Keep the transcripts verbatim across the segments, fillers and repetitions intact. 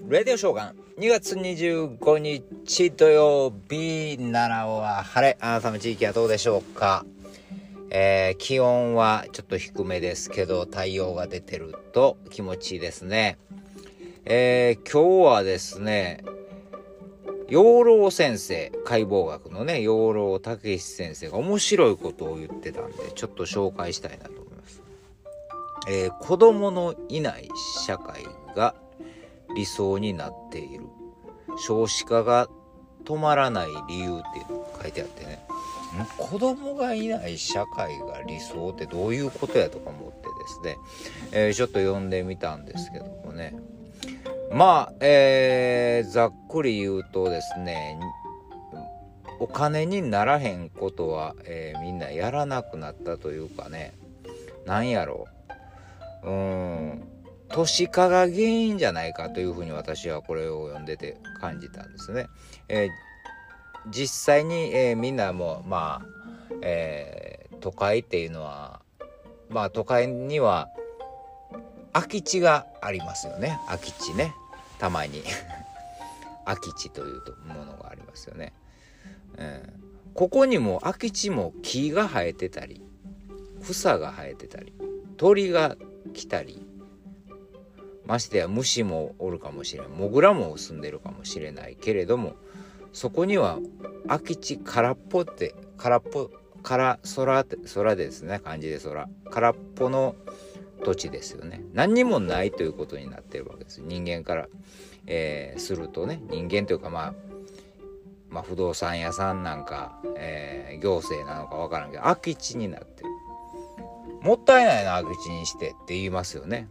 ラディオショーガンにがつにじゅうごにち土曜日、奈良は晴れ。あなたの地域はどうでしょうか。えー、気温はちょっと低めですけど太陽が出てると気持ちいいですね。えー、今日はですね、養老先生、解剖学のね養老孟司先生が面白いことを言ってたんでちょっと紹介したいなと思います。えー、子供のいない社会が理想になっている、少子化が止まらない理由っていうのが書いてあってね、ん子供がいない社会が理想ってどういうことやとか思ってですね、えー、ちょっと読んでみたんですけどもね、まあ、えー、ざっくり言うとですね、お金にならへんことは、えー、みんなやらなくなったというかね、なんやろう、うーん都市化が原因じゃないかというふうに私はこれを読んでて感じたんですね。えー、実際に、えー、みんなもまあ、えー、都会っていうのはまあ都会には空き地がありますよね。空き地ね、たまに空き地というものがありますよね。うん、ここにも空き地も木が生えてたり草が生えてたり鳥が来たり、ましてや虫もおるかもしれん、モグラも住んでるかもしれないけれども、そこには空き地空っぽって空っぽ空空って空ですね、漢字で空空っぽの土地ですよね。何にもないということになってるわけです。人間から、えー、するとね、人間というか、まあ、まあ不動産屋さんなんか、えー、行政なのかわからんけど空き地になってる。もったいないな空き地にしてって言いますよね。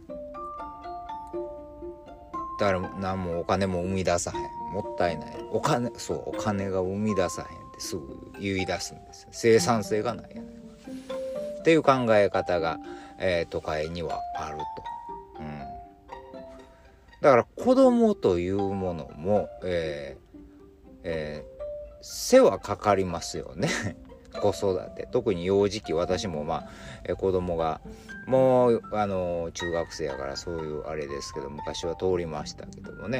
だから何もお金も生み出さへん、もったいない、お金そうお金が生み出さへんってすぐ言い出すんですよ。生産性がないやないかっていう考え方が、えー、都会にはあると、うん、だから子供というものも、えーえー、世話かかりますよね子育て、特に幼児期、私もまあ、えー、子供がもうあの中学生やからそういうあれですけど、昔は通りましたけどもね、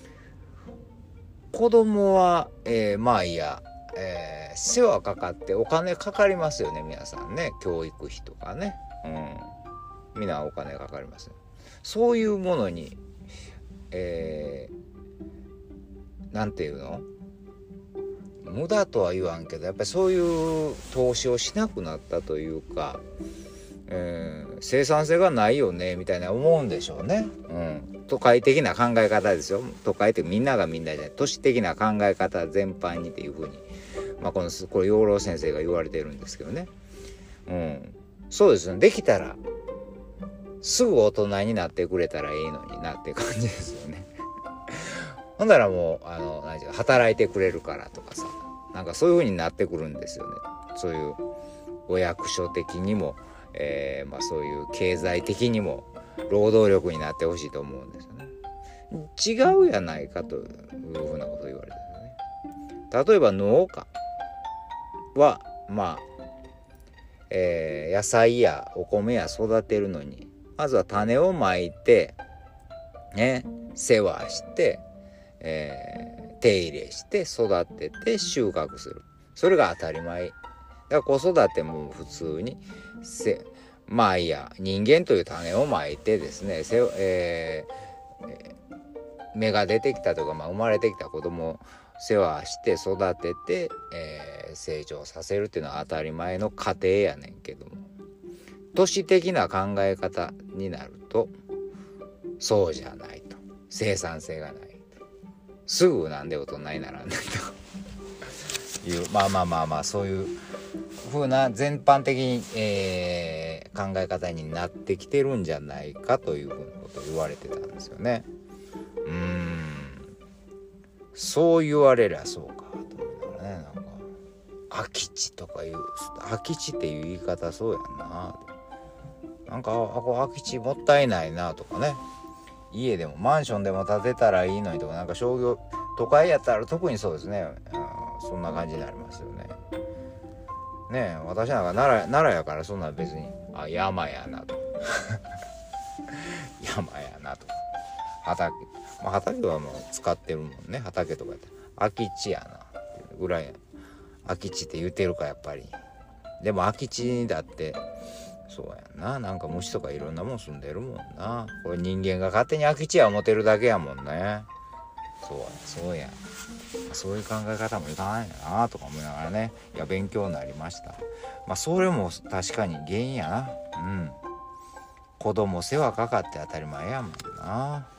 子供は、えー、まあいや、えー、世話かかってお金かかりますよね、皆さんね、教育費とかね、うん、みんなお金かかります。そういうものに、えー、なんていうの、無駄とは言わんけど、やっぱりそういう投資をしなくなったというか、えー、生産性がないよねみたいな思うんでしょうね、うん、都会的な考え方ですよ。都会ってみんながみんなじゃない、都市的な考え方全般にっていうふうに、まあ、このこれ養老先生が言われてるんですけどね、うん、そうですね。できたらすぐ大人になってくれたらいいのになっていう感じですよねほんならもうあの何て言うか働いてくれるからとかさ、なんかそういう風になってくるんですよね。そういうお役所的にも、えーまあ、そういう経済的にも労働力になってほしいと思うんですよね。違うやないかというふうなことを言われてるね。例えば農家はまあ、えー、野菜やお米や育てるのにまずは種をまいてね、世話して、えー、手入れして育てて収穫する、それが当たり前だから子育ても普通にせまあいいや、人間という種をまいてですね、せ、えー、芽が出てきたとか、まあ、生まれてきた子供を世話して育てて、えー、成長させるっていうのは当たり前の過程やねんけども、都市的な考え方になるとそうじゃないと、生産性がないと、すぐなんで大人にならないという、まあまあまあまあそういう風な全般的に、えー、考え方になってきてるんじゃないかというふうなことを言われてたんですよね。うーん、そう言われりゃそうかと思うからね。なんか空き地とかいう空き地っていう言い方そうやんな、なんかあこ空き地もったいないなとかね、家でもマンションでも建てたらいいのにとか、なんか商業都会やったら特にそうですね、そんな感じになりますよね。ねえ、私なんか奈良、奈良やからそんな別にあ山やなと山やなと畑、まあ、畑はもう使ってるもんね。畑とかって空き地やなぐらい、空き地って言ってるかやっぱり。でも空き地だってそうやんな、なんか虫とかいろんなもん住んでるもんな。これ人間が勝手に空き地や思ってるだけやもんね。そうやそうや、そういう考え方もいかないんだなとか思いながらね、いや勉強になりました。まあそれも確かに原因やな。うん、子供世話かかって当たり前やもんな。